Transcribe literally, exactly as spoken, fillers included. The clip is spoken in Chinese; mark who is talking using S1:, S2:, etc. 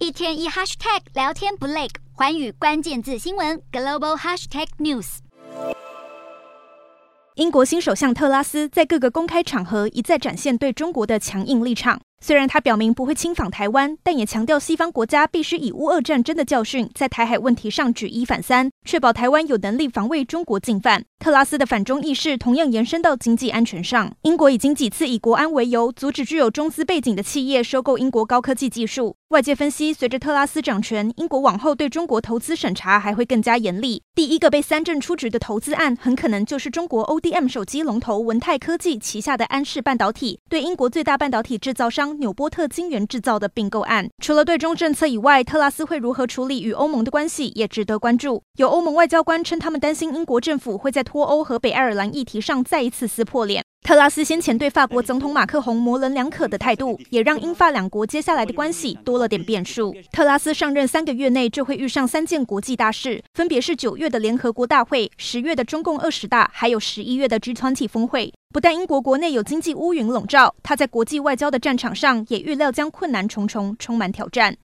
S1: 一天一 hashtag 聊天不累，寰宇关键字新闻 global hashtag news。
S2: 英国新首相特拉斯在各个公开场合一再展现对中国的强硬立场。虽然他表明不会亲访台湾，但也强调西方国家必须以乌俄战争的教训，在台海问题上举一反三，确保台湾有能力防卫中国进犯。特拉斯的反中意识同样延伸到经济安全上。英国已经几次以国安为由，阻止具有中资背景的企业收购英国高科技技术。外界分析，随着特拉斯掌权，英国往后对中国投资审查还会更加严厉。第一个被三振出局的投资案，很可能就是中国 O D M 手机龙头文泰科技旗下的安氏半导体对英国最大半导体制造商纽波特晶圆制造的并购案。除了对中政策以外，特拉斯会如何处理与欧盟的关系也值得关注。有欧盟外交官称，他们担心英国政府会在脱欧和北爱尔兰议题上再一次撕破脸。特拉斯先前对法国总统马克宏模棱两可的态度，也让英法两国接下来的关系多了点变数。特拉斯上任三个月内就会遇上三件国际大事，分别是九月的联合国大会、十月的中共二十大，还有十一月的 G 二十 峰会。不但英国国内有经济乌云笼罩，他在国际外交的战场上也预料将困难重重，充满挑战。